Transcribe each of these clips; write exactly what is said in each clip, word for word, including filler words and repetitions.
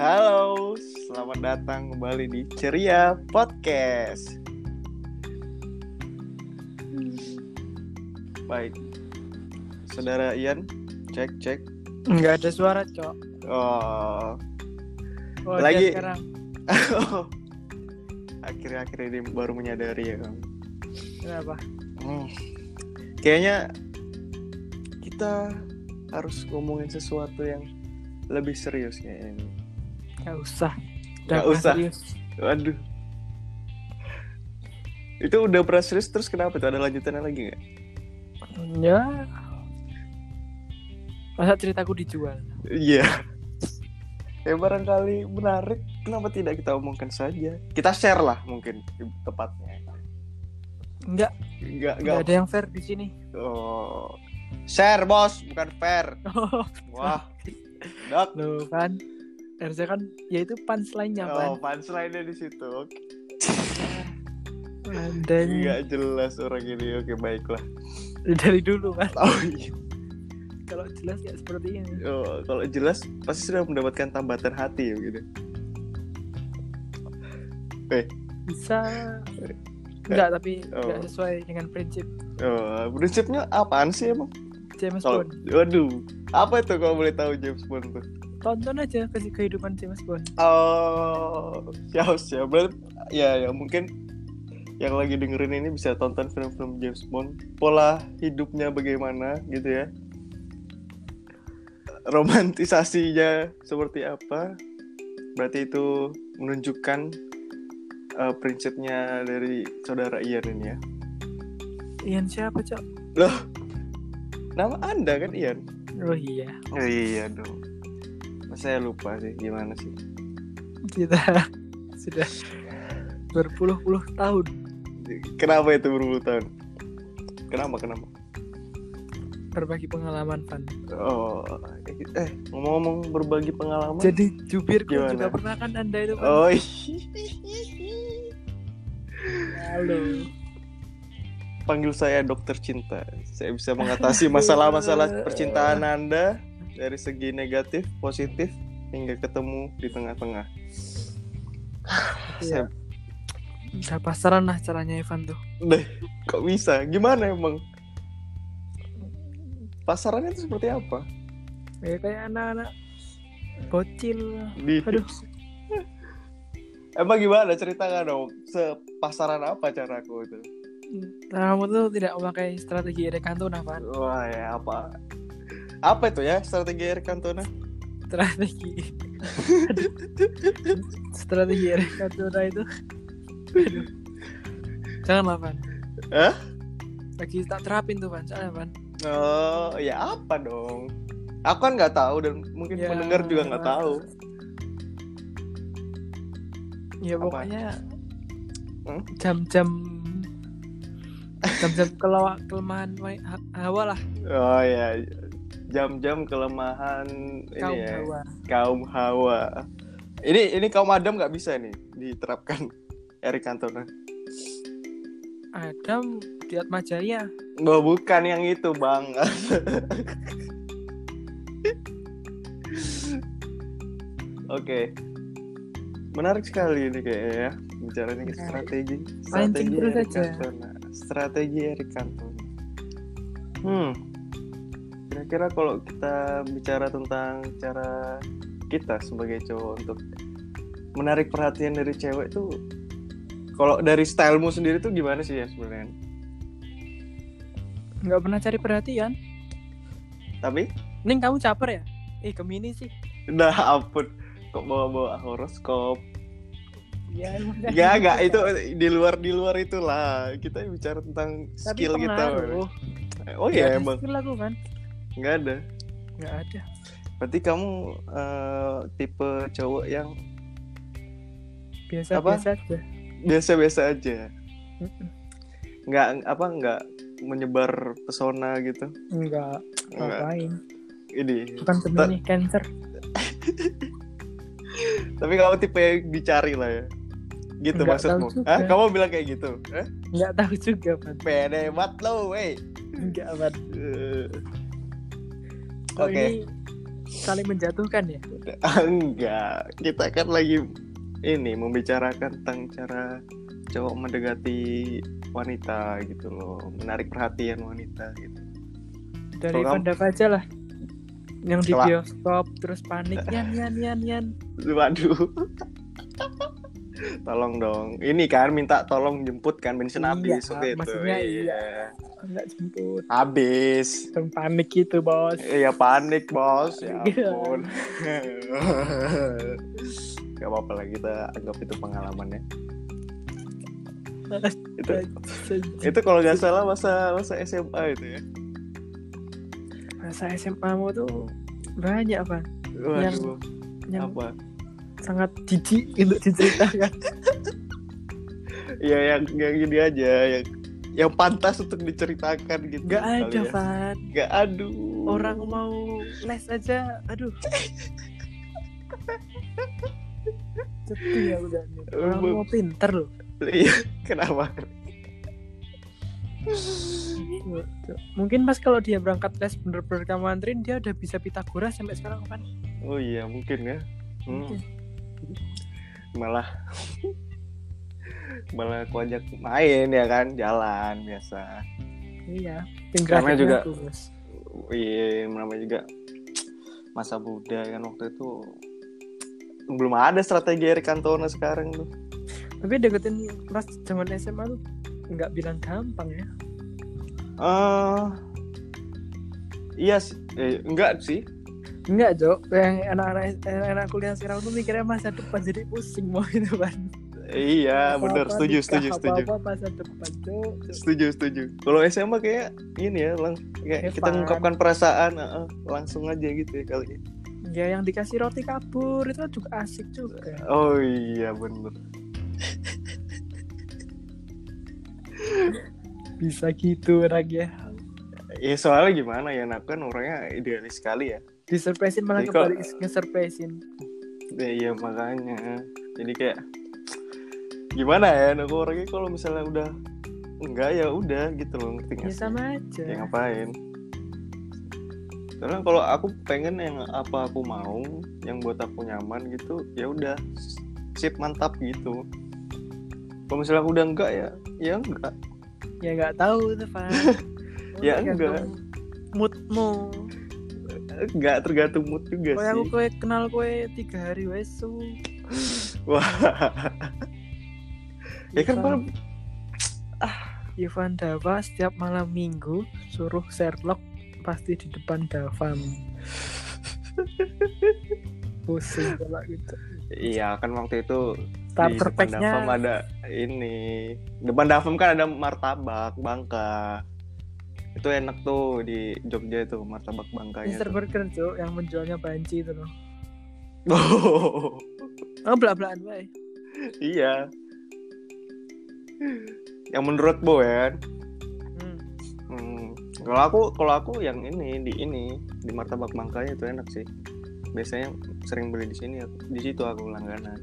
Halo, selamat datang kembali di Ceria Podcast. Baik, saudara Ian, cek cek. Nggak ada suara, Cok. Oh, Oh, lagi. sekarang. Akhir-akhir ini baru menyadari ya kamu. Kenapa? Hmm. Kayaknya kita harus ngomongin sesuatu yang lebih serius kayaknya. Nggak usah. Nggak usah. Serius. Waduh. Itu udah pernah serius terus kenapa tuh? Ada lanjutannya lagi nggak? Ya. Masa ceritaku dijual? Iya. Ya barangkali menarik, kenapa tidak kita omongkan saja? Kita share lah mungkin tepatnya. Enggak. Enggak, Nggak enggak. ada yang fair di sini. Oh. Share, Bos, bukan fair. Oh, Wah. Dok. loh kan. Harusnya kan ya itu punchline-nya Oh, kan. punchline-nya di situ. Oke. Dan Enggak jelas orang ini. Oke, baiklah. dari dulu kan. Oh iya. Kalau jelas kayak seperti ini. Oh, kalau jelas pasti sudah mendapatkan tambatan hati ya gitu. Eh, Bisa. Enggak, tapi Oh. enggak sesuai dengan prinsip oh, prinsipnya apaan sih emang? James Kalau, Bond. waduh, apa itu kalau boleh tahu James Bond tuh? Tonton aja ke- kehidupan James Bond. Oh, siap siap. Berarti ya ya mungkin yang lagi dengerin ini bisa tonton film-film James Bond. Pola hidupnya bagaimana gitu ya. Romantisasinya seperti apa? Berarti itu menunjukkan uh, prinsipnya dari saudara Ian ini ya. Ian siapa, Cok? Loh, nama Anda kan Ian? Oh iya. Oh iya dong. Masa saya lupa sih gimana sih? Kita sudah berpuluh-puluh tahun Kenapa itu berpuluh tahun? Kenapa kenapa? berbagi pengalaman, Van. Oh, eh ngomong-ngomong berbagi pengalaman. Jadi jubirku Gimana? juga pernah kan Anda itu kan? Oh, Halo. panggil saya dokter cinta. Saya bisa mengatasi masalah-masalah percintaan Anda dari segi negatif, positif hingga ketemu di tengah-tengah. Saya Udah pasaran lah caranya Ivan tuh. deh, kok bisa? Gimana emang? Pasarannya itu seperti apa? Ya kayak anak-anak bocil. Di Aduh. Emang gimana ceritakan dong? Sepasaran apa caraku itu? Nah, kamu tuh tidak memakai strategi Eric Cantona, Van. Wah ya apa? Apa itu ya strategi Eric Cantona? Strategi. Aduh. Strategi Eric Cantona itu. Aduh. Janganlah, Van. Hah? Lagi tak terapin tuh, Van. Soalnya, Van. Oh ya apa dong? Aku kan nggak tahu dan mungkin Ya. pendengar juga nggak tahu. Ya Apa? pokoknya Hmm? jam-jam jam-jam kelawa, kelemahan wa- ha- hawa lah, Oh ya jam-jam kelemahan kaum ini ya hawa. kaum hawa. Ini ini kaum Adam nggak bisa nih diterapkan Eric Cantona. Adam di Atma Jaya. Oh, bukan yang itu bang. Oke, menarik sekali ini kayaknya ya bicaranya Menarik. strategi Pancing strategi terus Eric aja. Cantona. Strategi Eric Cantona. Hmm, kira-kira kalau kita bicara tentang cara kita sebagai cowok untuk menarik perhatian dari cewek tuh, kalau dari stylemu sendiri tuh gimana sih ya sebenarnya? Nggak pernah cari perhatian. Tapi, Ning kamu caper ya? Eh Gemini sih. dah ampun, kok bawa-bawa horoskop? Ya emang Gak, gak, itu di luar di luar itulah. Kita bicara tentang tapi skill kita. pengaruh. Oh Ya, iya ada emang, skill aku kan? nggak ada. Nggak ada. Berarti kamu eh, tipe cowok yang Biasa-biasa aja. biasa-biasa aja, Mm-mm. nggak apa nggak menyebar pesona gitu. Enggak. Nggak. Ngapain? Ini. Bukan Gemini, Cancer. Tapi kamu tipe yang dicari lah ya. Gitu Nggak maksudmu? tahu juga. Hah? Kamu bilang kayak gitu? Eh? Nggak tahu juga, Van. Pede banget lo, wey. Enggak, Van. Eh, Oh, Oke. ini saling menjatuhkan ya? Enggak, kita kan lagi ini membicarakan tentang cara cowok mendekati wanita gitu loh, menarik perhatian wanita gitu. Dari Kalau Panda aja lah. Yang di Kelak. bioskop terus panik yan yan yan yan. Waduh. Tolong dong. Ini kan minta tolong jemput kan bensin Iya, habis waktu itu. maksudnya iya. Enggak jemput. Habis. Langsung panik gitu, Bos. Iya panik, Bos. Ya Iya. ampun. Gak apa-apa lah, kita anggap itu pengalaman ya. Itu itu kalau nggak salah masa masa S M A itu ya. Masa S M A mu tuh banyak, Pak. Waduh. Yang Apa? sangat jijik untuk diceritakan. Ya yang yang gini aja, yang yang pantas untuk diceritakan gitu. Gak ada, kali ya. Van. Gak aduh. Orang mau les aja, aduh. Sedih ya udah. Orang Um, mau pinter loh. Iya, kenapa? Mungkin pas kalau dia berangkat les bener-bener kamu anterin, dia udah bisa Pitagoras sampai sekarang kan? Oh iya, mungkin ya. Hmm. Mungkin. Malah malah aku ajak main ya kan, jalan biasa. Iya. Karena juga Aku, Bos. iya, namanya juga masa muda kan, waktu itu belum ada strategi Eric Cantona sekarang tuh. Tapi deketin pas zaman S M A tuh nggak bilang gampang ya. Eh uh, iya sih, eh, enggak sih. Enggak, Jok. Yang anak-anak anak kuliah sekarang tuh mikirnya masa depan jadi pusing mau itu kan. Iya, Apa-apa benar, setuju, nikah, setuju, setuju. Apa-apa masa depan, Jok. Jok. Setuju, setuju. Kalau S M A kayak ini ya, lang kayak Have kita fun. mengungkapkan perasaan, uh, uh, langsung aja gitu ya kali. Ya yang dikasih roti kabur itu juga asik juga. Oh iya, benar. Bisa gitu orangnya. Ya soalnya gimana ya, nak kan orangnya idealis sekali ya. Disurprisein malah Jadi kembali kok- nge-surprisein. Ya, iya makanya. Jadi kayak gimana ya, aku orangnya kalau misalnya udah enggak ya udah gitu loh, ngerti nggak Ya sih? sama aja. Ya ngapain? Karena kalau aku pengen yang apa aku mau, yang buat aku nyaman gitu, ya udah sip mantap gitu. Kalau misalnya aku udah enggak ya, ya enggak. Ya nggak tahu tuh, Pak. Ya enggak. Moodmu. Enggak, tergantung mood juga Kayak aku sih. kue kenal kue tiga hari wesu. Wah. Ya kan Ivan, malam Ivan Dava setiap malam minggu suruh Sherlock pasti di depan Davam. Pusing kalau gitu. iya kan waktu itu di Starter depan pack-nya Davam ada ini. Depan Davam kan ada martabak Bangka. Itu enak tuh di Jogja itu, martabak Bangkanya. Mister Burger, Cuk, yang menjualnya banci itu loh. Oh, Oh, belak-belakan bae. iya. Yang menurut Bo ya. Hmm. Hmm. Kalau aku kalau aku yang ini di ini di martabak Bangkanya itu enak sih. Biasanya sering beli di sini, di situ aku langganan.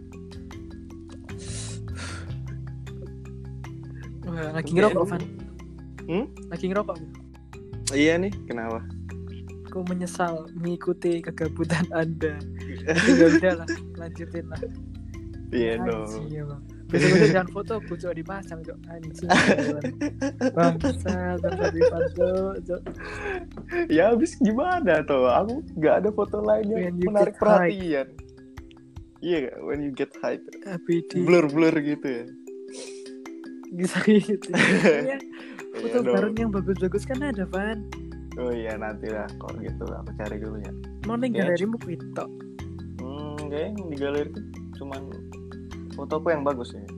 Wah, lagi ngerokok, Van. Hmm? Lagi ngerokok. Iya nih, kenapa? Aku menyesal mengikuti kegabutan Anda. Tapi ya udah lah, lanjutin lah. Iya Anjing, dong. ya, Bang. Besok-besok jangan foto, aku Cuk, dipasang, Cuk. Anjing. Bangsa, bangsa difoto, Cuk. Ya habis gimana tuh? Aku nggak ada foto lain yang When you menarik get perhatian. Iya nggak? When you get hype, A B D. blur-blur gitu ya. Bisa gitu. Iya. Foto Iya dong. bareng yang bagus-bagus kan ada, Van. Oh iya, nanti lah kalau gitu aku cari dulu ya. Mau ning Iya. galerimu kuito. Hmm, kayaknya di galeri itu cuman fotoku yang bagus ya.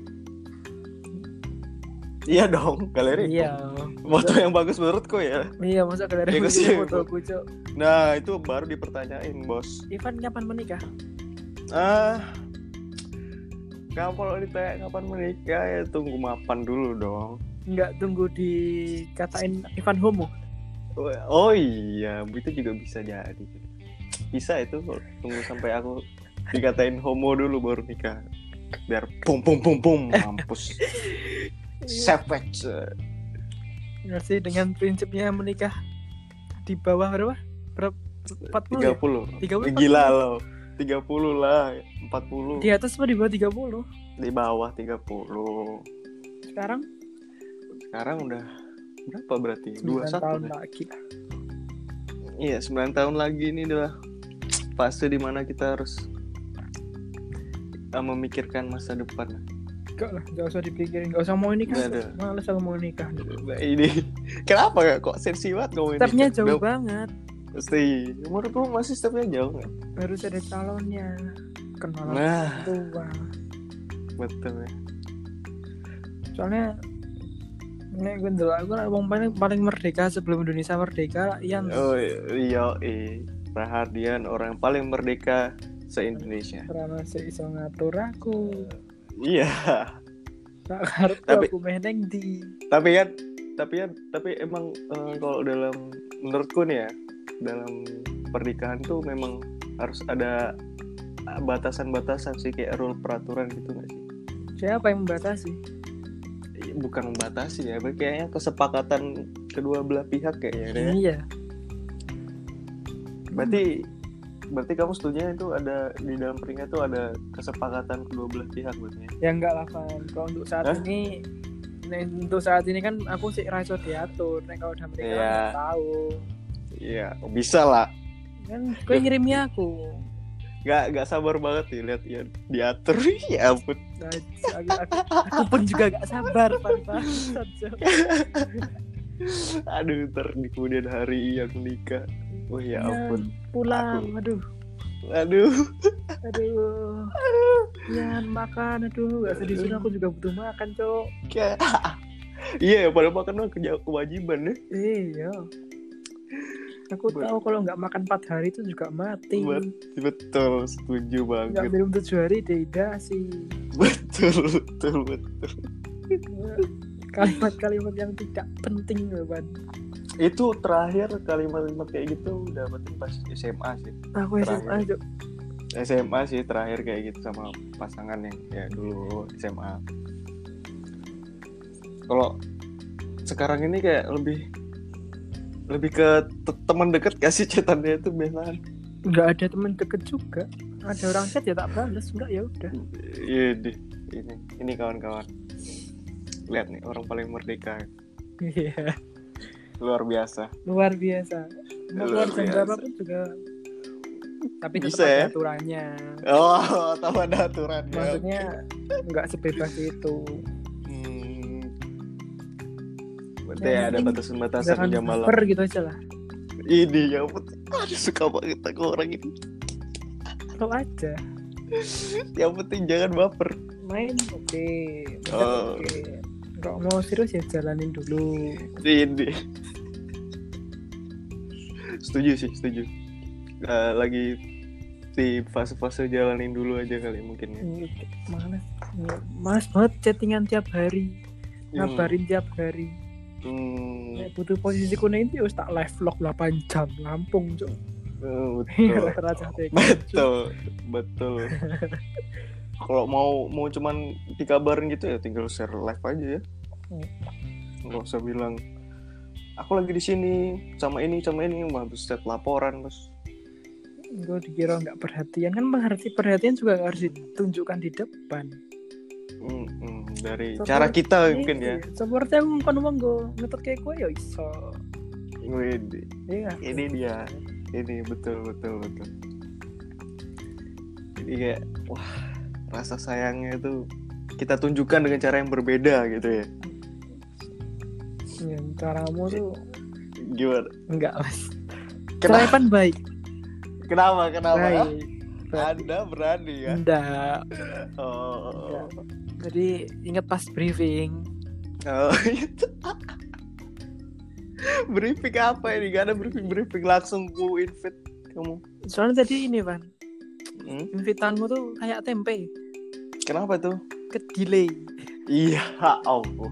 Iya dong, galeri. Iya. Foto yang bagus menurutku ya. Iya, masa galeri Ya, mu sih. fotoku, Cuk. Nah itu baru dipertanyain bos. Ivan kapan menikah? Ah, kamu kalau ditanya kapan menikah ya tunggu mapan dulu dong. Enggak tunggu dikatain Ivan homo. Oh iya, itu juga bisa jadi. Bisa itu kalau tunggu sampai aku dikatain homo dulu baru nikah. Biar pum pum pum pum mampus. Savage. Ngerti dengan prinsipnya menikah di bawah berapa? Berapa? empat puluh tiga ya? puluh. tiga puluh Gila lo. tiga puluh lah, empat puluh. Di atas apa di bawah tiga puluh? Di bawah tiga puluh. Sekarang Sekarang udah berapa berarti? dua puluh sembilan satu tahun kan? lagi lah. Iya, sembilan tahun lagi ini adalah fase dimana kita harus uh, memikirkan masa depan. Enggak lah, enggak usah dipikirin, enggak usah mau nikah. Nggak ada. Males aku mau nikah. Nah, ini kenapa gak kok sensi banget ngomongin Stepnya nikah? jauh Udah- banget. Pasti. Menurutku masih stepnya jauh nggak? Harus ada calonnya. Kenalan Nah, tua. betul ya. Soalnya ini gue ndelok aku lah wong paling paling merdeka sebelum Indonesia merdeka yang Oh iya, iya. Perhatian orang paling merdeka se-Indonesia. ora sik iso ngatur aku. Iya. Tak karep Tapi- aku meneng di. Tapi kan, tapi kan, tapi emang eh, kalau dalam menurutku nih ya, dalam pernikahan tuh memang harus ada batasan-batasan sih, kayak rule peraturan gitu nggak sih? Siapa yang membatasi? Bukan membatasi ya, tapi kayaknya kesepakatan kedua belah pihak kayaknya deh. Iya. Berarti berarti kamu setuju itu ada di dalam pernikahan tuh ada kesepakatan kedua belah pihak berarti ya? Ya enggak lah Van. Kalau untuk saat Hah? ini nih, untuk saat ini kan aku sih rasa diatur. Nek kalau udah menikah Iya. nggak tahu. Iya, bisa lah. Kan gue ngirimnya aku. Gak gak sabar banget nih lihat ya diatur. Ya ampun. Nah, aku, aku, aku pun juga gak sabar Van. Bangsat, Cok. Aduh, ntar di kemudian hari yang nikah. Oh ya ampun. Pulang, aduh. Aduh. Aduh. Ya makan, aduh. Gak sedih sini aku juga butuh makan, Cok. Kayak- Iya, pada makan mah keja- kewajiban ya. Iya. Aku Bet- tahu kalau nggak makan empat hari itu juga mati. Bet- Betul, setuju Nggak banget. minum tujuh hari dehidrasi. Betul, betul, betul. Kalimat-kalimat yang tidak penting, Ban. Itu terakhir kalimat-kalimat kayak gitu udah berarti pas S M A sih. Aku S M A, Cok. S M A sih terakhir kayak gitu sama pasangan yang ya dulu S M A. Kalau sekarang ini kayak lebih lebih ke te- teman dekat gak sih chatannya itu biasanya? Nggak ada teman deket juga. Ada orang chat ya tak balas, enggak ya udah. Iya deh, ini ini kawan-kawan. Lihat nih orang paling merdeka, Iya, luar biasa. luar biasa. Mau Luar keluar jam biasa. berapa pun juga. Tapi tetap Bisa ada ya? aturannya. Oh, tambah ada aturannya. Maksudnya nggak sebebas itu. Hmm. Berarti Yang ya ada penting batasan-batasan Jangan jam malam. baper gitu aja lah. Ini ya ampun. Aduh, suka banget aku orang ini. Lo aja. Yang penting jangan baper. Main oke. Main Oh. oke. Kalau mau serius ya jalanin dulu. Ini. Setuju sih, setuju. Eh, lagi di fase-fase jalanin dulu aja kali mungkin ya. Males. Males banget chattingan tiap hari. Ngabarin tiap hari. Hmm, Nek butuh posisi kuning itu harus tak live vlog delapan jam. Lampung, Cuk. oh, betul. Raja Tega. Betul, betul. Kalau mau mau cuman dikabarin gitu ya tinggal share live aja ya. Nggak usah bilang aku lagi di sini sama ini sama ini, mah set laporan terus. Gue dikira nggak perhatian kan, mengerti perhatian juga harus ditunjukkan di depan. Hmm, hmm, dari Seperti- cara kita mungkin ya. Seperti aku ngomong ngomong gue ngetot kayak gue ya iso. Wih, Iya. ini dia, ini betul betul betul. Jadi kayak wah, rasa sayangnya itu kita tunjukkan dengan cara yang berbeda gitu ya. Ya, caramu tuh Gimana? enggak mas. Kenapa? Sarapan baik. Kenapa? Kenapa? Baik. Baik. Anda berani ya? Enggak. Oh, Jadi ingat pas briefing. oh itu. Briefing apa ini? Gak ada briefing briefing langsung ku invite kamu. Soalnya tadi ini Van, Hmm? invitanmu tuh kayak tempe, Kenapa tuh? ke delay. Iya, Allah.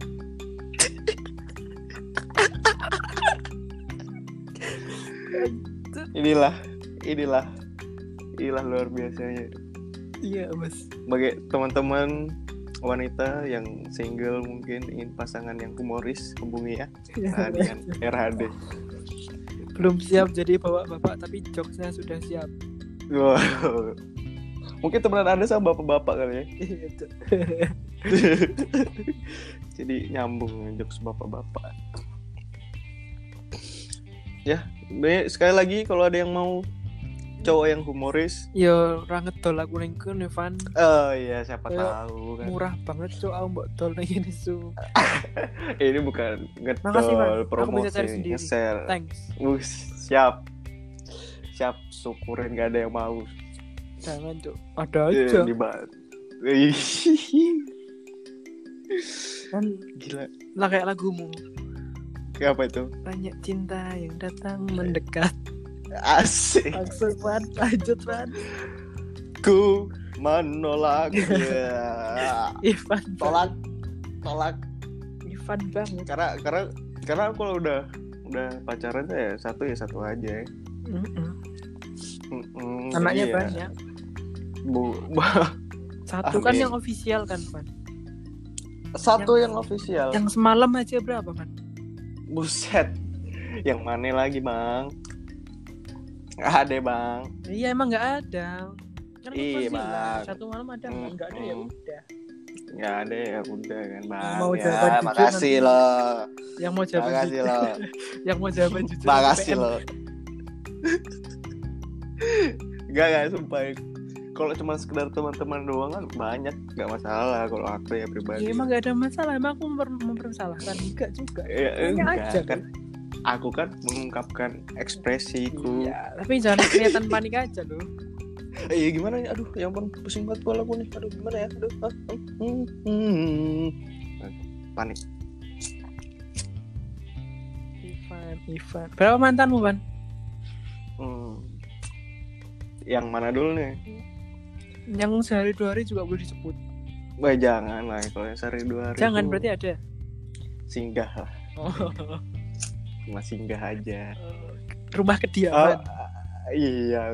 inilah, inilah, inilah luar biasanya. Iya mas. Bagi teman-teman wanita yang single mungkin ingin pasangan yang humoris, hubungi ya. Radian, R H D. Belum siap jadi bapak-bapak tapi jokesnya sudah siap. Wow. Mungkin temenan Anda sama bapak-bapak kali ya. Jadi nyambung jokes bapak-bapak. Ya, sekali lagi kalau ada yang mau cowok yang humoris, yo ora ngedol aku ning kene Van. Oh iya, siapa Yo, tahu kan. Murah banget cok aku mbok dol ning ngene su. Ini bukan Makasih, Man. ngedol, Aku promosi, bisa cari sendiri. nge-share. Thanks. Us, siap. Siap, syukurin gak ada yang mau. Jangan cok. Ada Eh, aja. di ba- Kan Gila. lah kayak lagumu. Apa itu? Banyak cinta yang datang mendekat. Asik. Langsung Van, lanjut Van. Ku menolak. Ya. Ivan Tolak. Tolak. Ivan banget. Karena karena karena aku kalau udah udah pacaran tuh ya satu ya satu aja. Mm-mm. Mm-mm, Anaknya jadi ya, banyak. Bu, Satu kan Amin. yang official kan Van. satu Yang- yang, official. Yang semalam aja berapa Van? Buset. Yang mana lagi, Bang? Nggak ada, Bang. Iya emang nggak ada. Kan Iya, official lah. Bang. Satu malam ada nggak? Nggak ada ya Mm-mm. udah. Nggak ada ya udah kan, Bang. Mau ya, jawaban jujur makasih nanti. loh. Yang mau jawaban Makasih jujur. loh. Yang mau jawaban jujur. Makasih P M. loh. Enggak, enggak, sumpah. Kalau cuma sekedar teman-teman doang kan banyak, nggak masalah kalau aku ya pribadi. Ya, emang nggak ada masalah. Emang aku memper- mempersalahkan enggak juga. Ya, Tanya enggak aja kan. Aku kan mengungkapkan ekspresiku. Iya, tapi jangan kelihatan panik aja loh. Eh, iya gimana ya? Aduh, ya ampun, pusing banget kepala gue nih. Aduh, gimana ya? Aduh, ah, hmm, hmm. Panik. Ivan, Ivan. Berapa mantanmu, Van? Hmm. Yang mana dulu nih? Yang sehari dua hari juga boleh disebut. Wah, jangan lah. Kalau yang sehari dua hari Jangan, itu berarti ada. singgah lah. Oh, Cuma singgah aja. rumah Oh, kediaman. iya.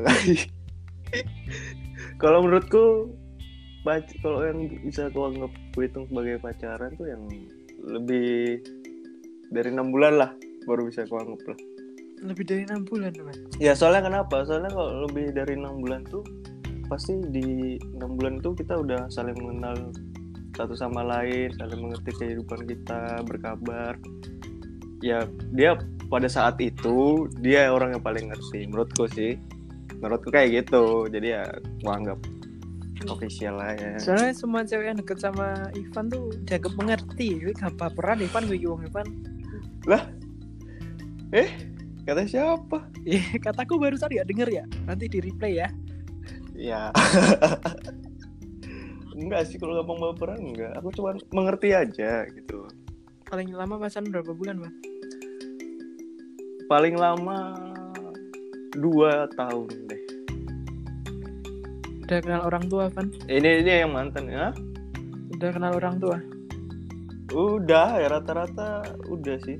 Kalau menurutku, pac- kalau yang bisa kau anggap gue hitung sebagai pacaran tuh yang lebih dari enam bulan lah, baru bisa kau anggap lah. Lebih dari enam bulan, Van. Ya soalnya kenapa? Soalnya kalau lebih dari enam bulan tuh pasti di enam bulan tuh kita udah saling mengenal satu sama lain, saling mengerti kehidupan kita, berkabar. Ya dia pada saat itu dia orang yang paling ngerti menurutku sih. Menurutku kayak gitu. Jadi ya gua anggap official lah ya. Soalnya semua cewek yang deket sama Ivan tuh dianggap mengerti. Gue gak baperan Ivan, gue wong Ivan. Lah? Eh? Kata siapa? Eh, kataku barusan gak denger ya. Nanti di replay ya. Ya. Enggak sih kalau ngomong baperan enggak. Aku cuma mengerti aja gitu. Paling lama pacaran berapa bulan, Van? Paling lama dua tahun deh. Udah kenal orang tua, Van? Ini ini yang mantan ya? Udah kenal orang tua? Udah ya rata-rata udah sih.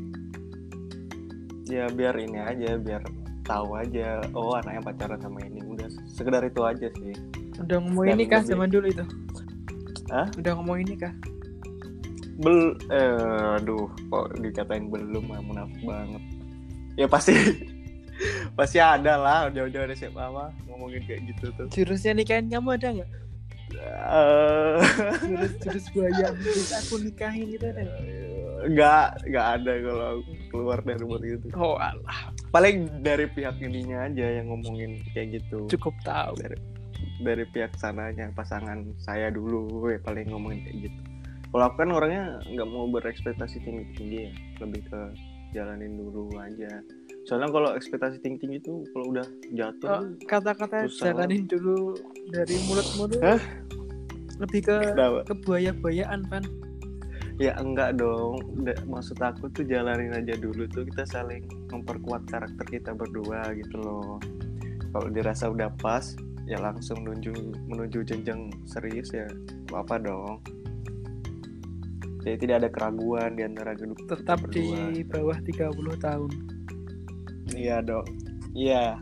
Ya biar ini aja, biar tahu aja. Oh anaknya pacaran sama ini. Udah sekedar itu aja sih. Udah ngomongin Dan nikah lebih- zaman dulu itu? Hah? Udah ngomongin nikah? Bel, eh, aduh, kok dikatain belum, ah, munafik banget. Ya pasti, pasti ada lah, jauh-jauh dari siapa mah ngomongin kayak gitu tuh. Jurusnya nikahin kamu ada nggak? Eh, Jurus-jurus buaya terus aku nikahin itu ada nggak? nggak, nggak ada kalau keluar dari rumah gitu. Oh alah, Paling dari pihak ininya aja yang ngomongin kayak gitu. cukup tahu. Dari, dari pihak sananya, pasangan saya dulu, ya paling ngomongin kayak gitu. Kalau aku kan orangnya nggak mau berekspektasi tinggi-tinggi ya, lebih ke jalanin dulu aja. Soalnya kalau ekspektasi tinggi-tinggi itu kalau udah jatuh, Oh, kata-kata Susah. jalanin dulu dari mulutmu tuh Hah? lebih ke Kenapa? ke buaya-buayaan, Van. Ya enggak dong. Nggak, maksud aku tuh jalanin aja dulu tuh, kita saling memperkuat karakter kita berdua gitu loh. Kalau dirasa udah pas, ya langsung menuju menuju jenjang serius ya apa dong. Jadi tidak ada keraguan di antara kedua kita Tetap berdua. di bawah tiga puluh tahun. Iya dong. Iya.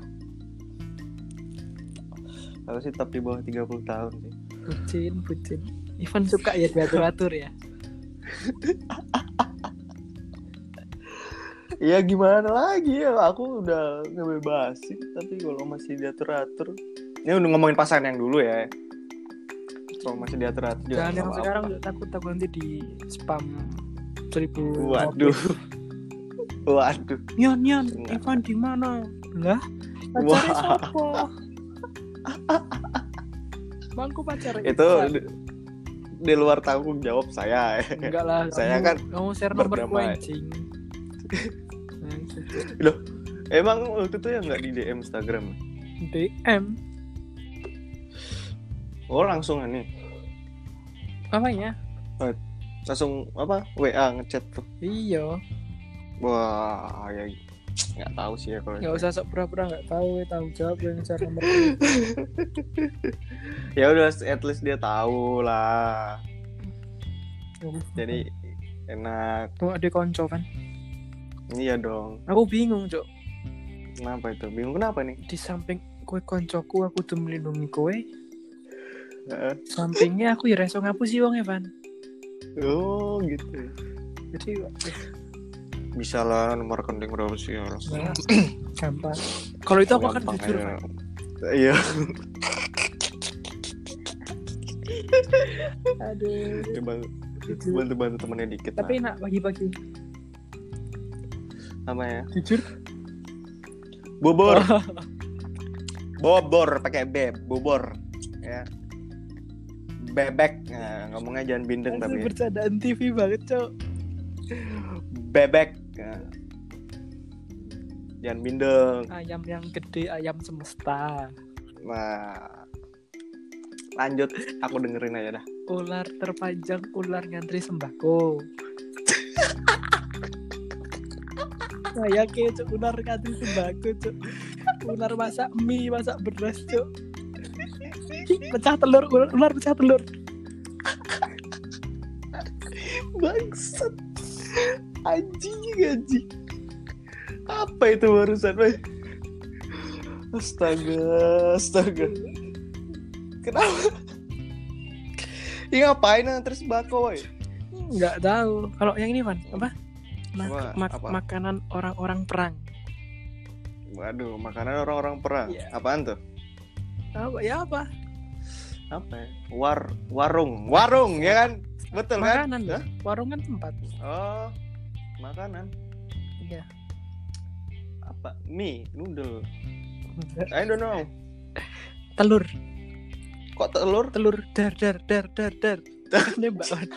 Harus tetap di bawah tiga puluh tahun sih. Bucin, bucin. Ivan suka ya diatur-atur ya. Ya gimana lagi ya, aku udah ngebebasin, tapi kalau masih diatur-atur, ini udah ngomongin pasangan yang dulu ya. Kalau masih diatur-atur Jangan yang apa-apa. sekarang takut takut nanti di spam seribu. Waduh. Waduh. Nyan nyan, Nggak. Ivan di mana? Lah, pacarnya Wah. sopo? Bangku pacar Itu di, di luar tanggung jawab saya. enggak lah. Saya kamu, kan kamu share nomor gue berdamai. anjing. Loh, emang waktu itu ya nggak di D M Instagram? D M Oh langsung nih, apanya? langsung apa? W A ngechat tuh. Iya, Wah, ya nggak tahu sih ya kalau. nggak itu. usah sok pura-pura nggak tahu, tahu jawab yang share nomor gue. Ya udah, at least dia tahu lah. Jadi enak. Tuh ada konco kan? Iya dong. Aku bingung cok. Kenapa itu? Bingung kenapa nih? Di samping kue koncoku aku tuh melindungi kue. Heeh. Sampingnya aku ya reso ngapusi wong Evan. Oh gitu. Jadi Bisa lah nomor rekening berapa sih ya? nah, gampang. Kalau itu aku akan Gampang jujur aja. Van. Iya. Aduh. Bantu Jujur. bantu bantu temennya dikit. Tapi lah. enak pagi-pagi. Apa ya? Jujur. Bobor. Bobor pakai B, bobor. Ya. Bebek. Nah, ngomongnya jangan bindeng Masih tapi. bercandaan T V banget cok. Bebek. Nah. Jangan bindeng. Ayam yang gede, ayam semesta. Nah. Lanjut, aku dengerin aja dah. Ular terpanjang, ular ngantri sembako. Saya kayak cok, ular ngantri sembako cok. Ular masak mie, masak beras cok. Pecah telur, ular, ular pecah telur. Bangsat. Anjing anjing. Apa itu barusan, Bay? Astaga, astaga. Kenapa? Ini ngapain terus sembako, woy? Nggak tahu. Kalau yang ini Van, apa? Mak- Apa? mak- Apa? Makanan orang-orang perang. Waduh, makanan orang-orang perang. Iya. Apaan tuh? Apa ya apa? Apa ya? War warung, warung ya kan? Betul kan? Makanan. Hah? Warung kan tempat. Oh, makanan. Iya. Apa? Mie, noodle. I don't know. Telur, Kok telur? telur dar dar dar dar dar. Nembak Van.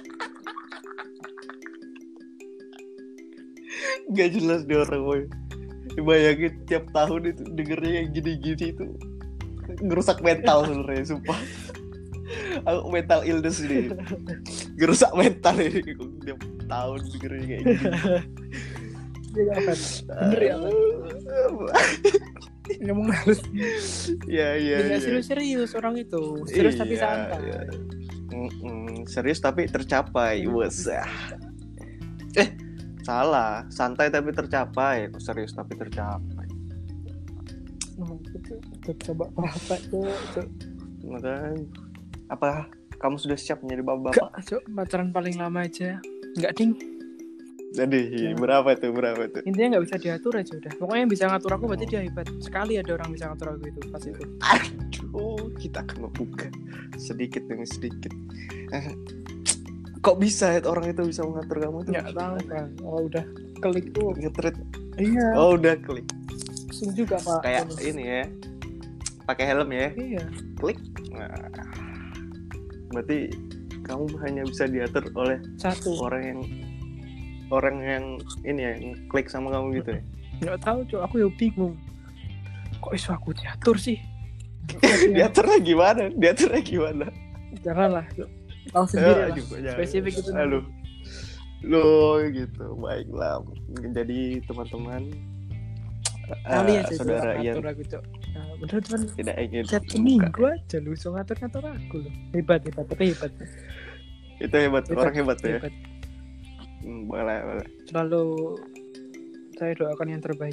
Gak jelas dia orang, woy. Bayangin tiap tahun itu dengernya yang gini-gini itu ngerusak mental sebenarnya, sumpah. Aku mental illness ini. Ngerusak mental ini tiap tahun dengernya kayak gini. Iya Van. Bener ya Van. Ngomong halus. Ya ya Nggak ya. serius-serius orang itu. Serius tapi Iya, santai. iya. Mm-mm, serius tapi tercapai. Wes. Eh, salah. Santai tapi tercapai. Kok serius tapi tercapai. Hmm, itu itu coba apa tuh? Makanya apa kamu sudah siap menjadi Gak, bapak-bapak? Cok, pacaran paling lama aja. Enggak ding. Jadi Ya. berapa tuh? Berapa tuh? Intinya nggak bisa diatur aja udah. Pokoknya yang bisa ngatur aku berarti dia hebat. Sekali ada orang bisa ngatur aku itu pas itu. Aduh, kita akan membuka sedikit demi sedikit. Eh, Kok bisa ya orang itu bisa mengatur kamu tuh? Nggak tahu kan. Oh udah klik tuh. Ngetrit. Iya. Oh udah klik. Pusing juga pak. Kayak ini ya. Pakai helm ya. Iya. Klik. Nah, berarti kamu hanya bisa diatur oleh Satu. orang yang orang yang ini ya, yang klik sama kamu gitu ya. Nggak tahu cok. Aku ya bingung. Kok isu aku diatur sih? Diaturnya gimana? Diaturnya gimana? Janganlah. Cok. Tahu sendiri lah. Aduh, jangan. Spesifik itu. Aduh. Loh gitu. Baiklah. Jadi teman-teman, Kali eh, aja saudara cok, yang ngatur aku cok. Nah, bener cuman tidak ingin chat membuka. minggu aja lu so ngatur-ngatur aku loh. Hebat hebat tapi hebat. Itu hebat, Hebat, orang hebat tuh ya. Hebat. Hmm, boleh, boleh. Selalu saya doakan yang terbaik.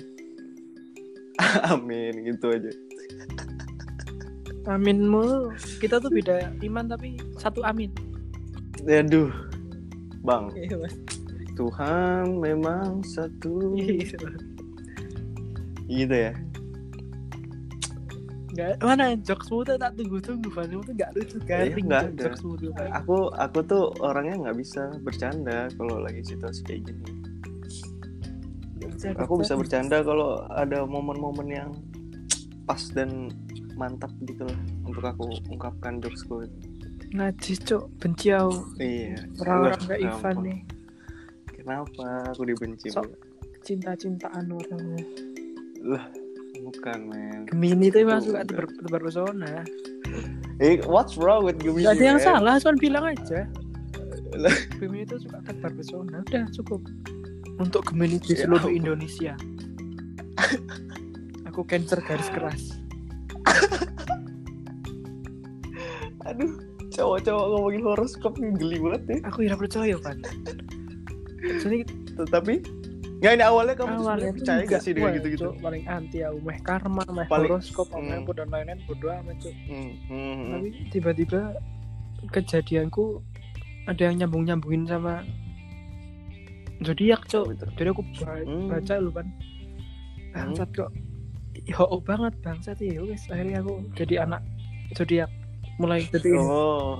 Amin, gitu aja. Aminmu, kita tuh beda iman tapi satu amin. Aduh, Bang. Iya mas. Tuhan memang satu. Gitu. Gitu ya. Nggak, mana jokesmu tuh tak tunggu-tunggu, Van. Itu tuh nggak lucu kan? Iya, nggak ada. Jokesmu tuh, Van. Aku aku tuh orangnya nggak bisa bercanda kalau lagi situasi kayak gini. Nggak bisa Aku bisa bercanda. bercanda kalau ada momen-momen yang pas dan mantap gitu lah untuk aku ungkapkan jokesku. Najis, Cok. Benci aku. Iya. Orang-orang Lah, kayak Ivan kenapa? nih. Kenapa aku dibenci? Sok. Bu? Cinta-cintaan orangnya. Lah, bukan men. Gemini tuh Itu emang suka udah. tebar tebar pesona. Eh, what's wrong with Gemini? Gak ada yang man? salah, cuma bilang aja. Lah, Gemini itu suka tebar pesona. Udah cukup. Untuk Gemini di Ya seluruh ampun. Indonesia. Aku Cancer garis keras. aduh, cowok-cowok ngomongin horoskop nih geli banget ya. Aku tidak percaya, Pan. Jadi Tetapi nggak, ini awalnya kamu awalnya sebenarnya tuh percaya enggak, gak sih dengan wah, gitu-gitu? Cok, paling anti ya, meh karma, meh Paling- horoskop, hmm. meh dan lain-lain bodo amat, Cok. Hmm, hmm, hmm. Tapi tiba-tiba kejadianku ada yang nyambung-nyambungin sama zodiak, Cok. Betul. Jadi aku ba- Hmm. baca lu kan. Bangsat kok. Ho banget bangsat ya. Wes akhirnya aku jadi anak zodiak. Mulai jadi Oh.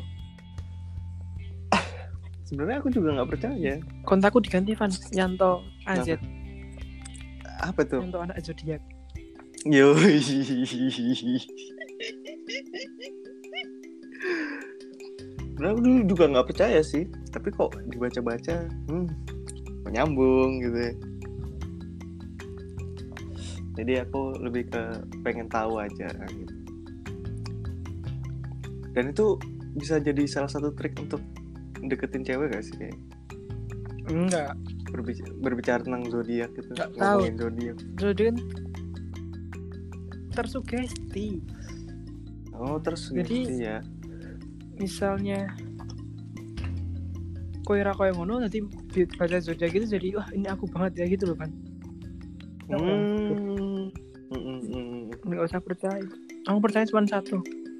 Sebenarnya aku juga nggak percaya. kontakku diganti Van Yanto A Z. Apa tuh? Yanto anak zodiak. Yo. Sebenarnya aku dulu juga nggak percaya sih, tapi kok dibaca-baca, hmm, menyambung gitu ya. Jadi aku lebih ke pengen tahu aja gitu. Dan itu bisa jadi salah satu trik untuk deketin cewek gak sih kayak Enggak. berbicara, berbicara tentang zodiak gitu, Nggak ngomongin zodiak. Zodiak kan tersugesti. Oh terus Jadi- gitu ya. Misalnya kowe ra koyo ngono nanti baca zodiak itu jadi wah ini aku banget ya gitu loh kan. Hmm. Hmm, hmm, hmm. Enggak usah percaya. Aku percaya cuma satu.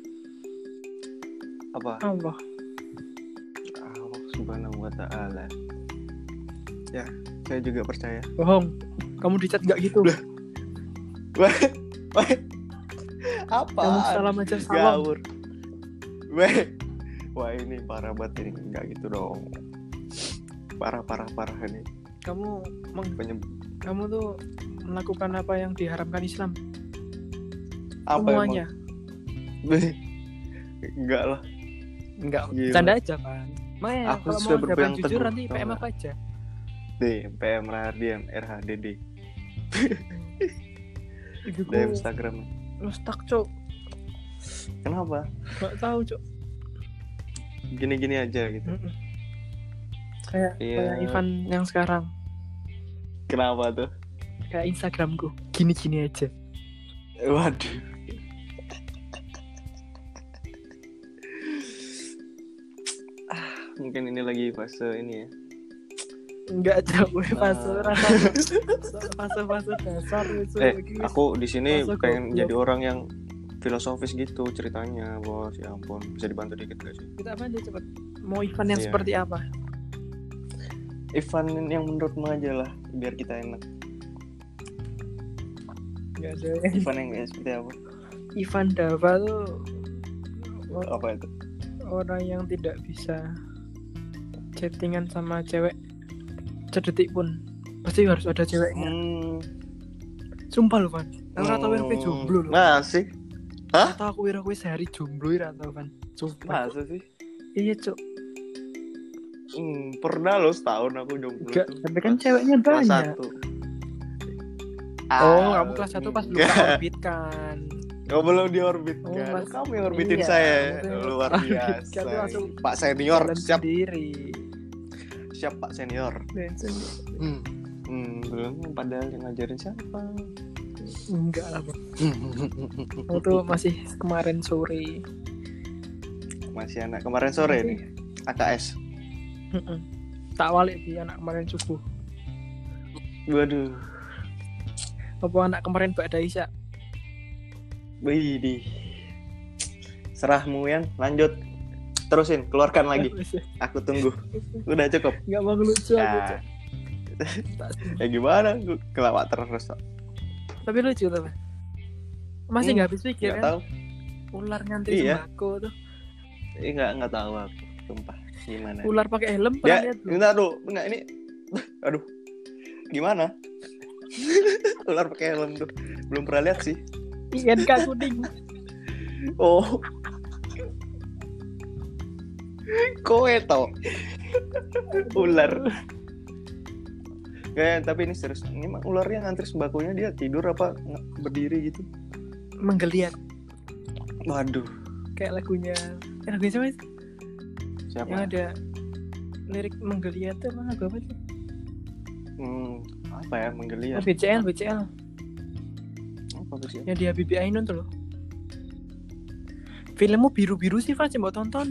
Apa? Allah. Allah subhanahu wa ta'ala. Ya, saya juga percaya. Bohong. Kamu dicat enggak gitu. Wah, wah, apa? Kamu salam aja salam. Gaur. Weh, wah ini parah banget ini, nggak gitu dong. Parah, parah, parah ini. Kamu meng, Penyeb... kamu tuh melakukan apa yang diharamkan Islam. Apa Semuanya. emang? Weh, enggak lah. Enggak. Gila. Canda aja kan. Maya, Aku kalau sudah mau berpegang jawaban jujur teguh, nanti tau P M nggak? aku aja. D, P M Rahardian, R H D D. Ibuku D M Instagram. lu stuck, Cok. Kenapa? Enggak tahu, Cok. Gini-gini aja gitu. Mm-mm. Kayak Iya. kayak Ivan yang sekarang. Kenapa tuh? Kayak Instagramku. Gini-gini aja. Waduh. Ah, mungkin ini lagi fase ini ya. Enggak jauh fase Ah. fase-fase dasar itu. Eh, aku di sini Fase pengen goblok. jadi orang yang filosofis gitu ceritanya, bos. Ya ampun, bisa dibantu dikit gak sih? Kita apa aja cepet. Mau Ivan yang Iya. seperti apa? Ivan yang menurutmu aja lah, biar kita enak. Enggak ada. Ivan yang kayak seperti apa? Ivan Dava tuh Apa itu? orang yang tidak bisa chattingan sama cewek sedetik pun. Pasti harus ada ceweknya. Hmm. Sumpah lu, Van. Aku ora tau hmm. kowe jomblo lho. Masih? Hah? Atau aku kira kowe sehari jomblo ora tau, Van. Sumpah. Masa sih? Iya, Cuk. Hmm, pernah loh setahun aku jomblo. Enggak, tuh. tapi kan ceweknya Kelas banyak. satu. Oh, Ah, kamu kelas satu pas belum enggak. orbitkan. Nggak belum diorbitkan. Oh, pas- Kamu yang orbitin Iya, saya. maksudnya Luar orbitkan biasa. tuh langsung Pak senior, Jalan siap, sendiri. siap Pak senior. Dan sendiri. Hmm. Hmm, belum padahal yang ngajarin siapa? Enggak lah, Bang. Aku tuh masih kemarin sore. Masih anak kemarin sore Masih. nih. A K S. Mm-mm. Tak balik di anak kemarin subuh. Waduh. Apa anak kemarin Ba'da Isya? Widih. Serahmu yang lanjut. Terusin, keluarkan lagi. Aku tunggu. Udah cukup. Enggak mau lucu aku, Nah, Cuk. Ya gimana? Gue kelawat terus. Tapi lucu tuh. Masih nggak hmm, habis pikir kan? Tahu. Ular ngantri iya. Sembako tuh. Eh nggak nggak tahu aku, sumpah. Gimana? Ular pakai helm pernah lihat? Enggak aduh, enggak ini. Aduh. Gimana? Ular pakai helm tuh. Belum pernah lihat sih. I N K kuning. Oh. Kowe tau. Ular. Kayak tapi ini serius. Ini mah ularnya ngantri sembakonya dia tidur apa berdiri gitu? Menggeliat. Waduh. Kayak lagunya. Eh, lagunya siapa sih? Siapa? Yang ada lirik menggeliat itu lagu apa sih? Hmm, apa ya menggeliat? Oh, B C L, B C L. Apa B C L? Yang di Habibie Ainun tuh loh. Filmmu biru-biru sih, Van, coba tonton.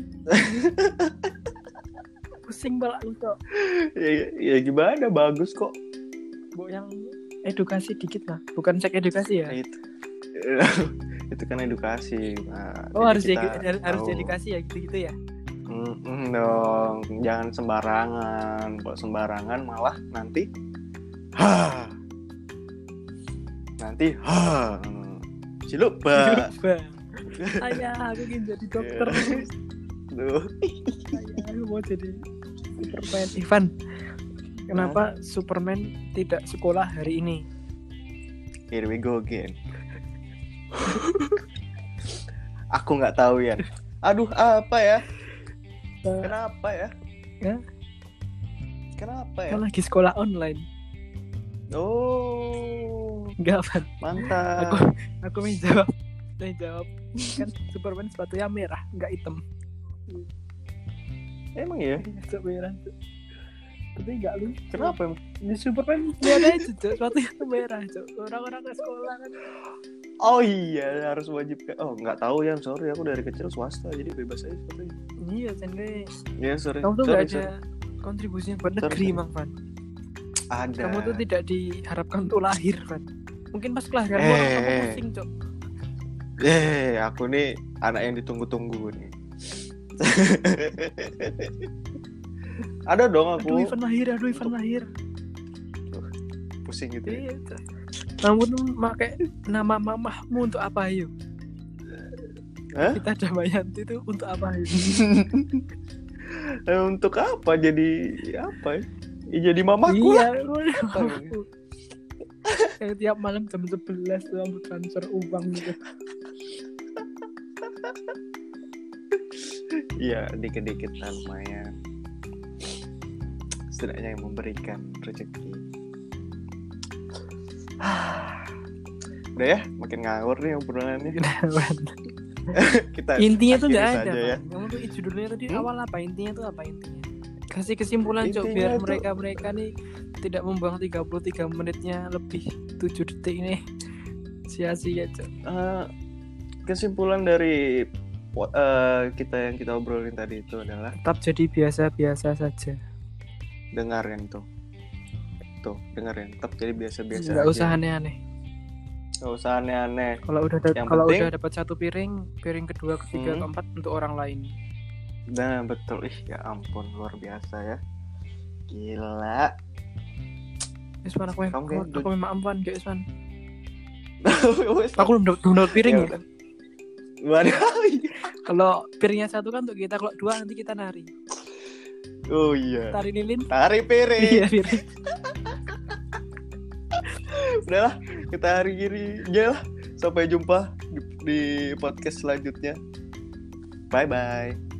Pusing balak lu kok. Ya, ya gimana, bagus kok. Bu yang edukasi dikit lah, bukan sek edukasi ya. Itu, itu kan edukasi. Nah, oh harus kita, jadi, harus oh. edukasi ya gitu-gitu ya. Mm-mm dong, jangan sembarangan. Kalau sembarangan malah nanti, ha, nanti ha, silupa. Ayah, aku ingin jadi dokter. Duh. Ayah, aku mau jadi Superman. Ivan, kenapa huh? Superman tidak sekolah hari ini? Here we go again. Aku nggak tahu ya. Aduh, apa ya? Kenapa ya? Ya? Kenapa ya? Kan lagi sekolah online. Oh, enggak, Van. Mantap. Aku aku menjawab. Saya jawab kan Superman sepatunya merah, nggak hitam. Emang ya? Sepatu merah. Tapi nggak lu. Kenapa emang? Ini Superman lihat aja tuh sepatunya tuh merah, tuh. Orang-orang ke sekolah kan. Oh iya, harus wajib kan? Oh nggak tahu ya, sorry aku dari kecil swasta jadi bebas aja sepatunya. Iya, Sengge. Iya sorry. Kamu tuh nggak ada sorry. kontribusinya buat negeri, Mang Van. Ada. Kamu tuh tidak diharapkan untuk lahir, Van. Mungkin pas kelahiran eh. orang kamu pusing, Cok. Eh, aku nih anak yang ditunggu-tunggu nih. Ada dong aku. Aduh, Ivan lahir, aduh Ivan Untuk... lahir. Pusing gitu. Iya. Ya? Kamu tuh pakai nama mamahmu untuk apa yuk? Hah? Kita Damayanti itu untuk apa yuk? eh, untuk apa? Jadi apa ya? Ya jadi mamaku iya, lah. Mamaku. Kayak tiap malam jam sebelas tuh aku transfer uang gitu. Iya, dikit-dikit lah lumayan. Setidaknya yang memberikan rezeki. Udah ya, makin ngawur nih obrolannya. Kita intinya tuh nggak ada. Ya. Kamu tuh judulnya tadi hmm? awal apa? Intinya tuh apa intinya? Kasih kesimpulan Cok, biar tuh... mereka-mereka nih tidak membuang tiga puluh tiga menitnya lebih tujuh detik ini sia-sia Cok. Uh, kesimpulan dari uh, kita yang kita obrolin tadi itu adalah tetap jadi biasa-biasa saja. Dengarin tuh. Tuh, dengerin. Tetap jadi biasa-biasa Nggak aja. usah aneh-aneh. Nggak usah aneh-aneh. Kalau udah da- kalau penting... udah dapat satu piring, piring kedua, ketiga, hmm. keempat untuk orang lain. Nah, betul. Ih, ya ampun, luar biasa ya. Gila. Isman, aku yang aku, aku memang ampan, guys, Isman. Aku belum download piring ya. Waduh. Kalau piringnya satu kan untuk kita, kalau dua nanti kita nari. Oh iya. Tari lilin. Tari piring. Iya, piring. Udahlah, kita hari ini aja lah. Sampai jumpa di, di podcast selanjutnya. Bye bye.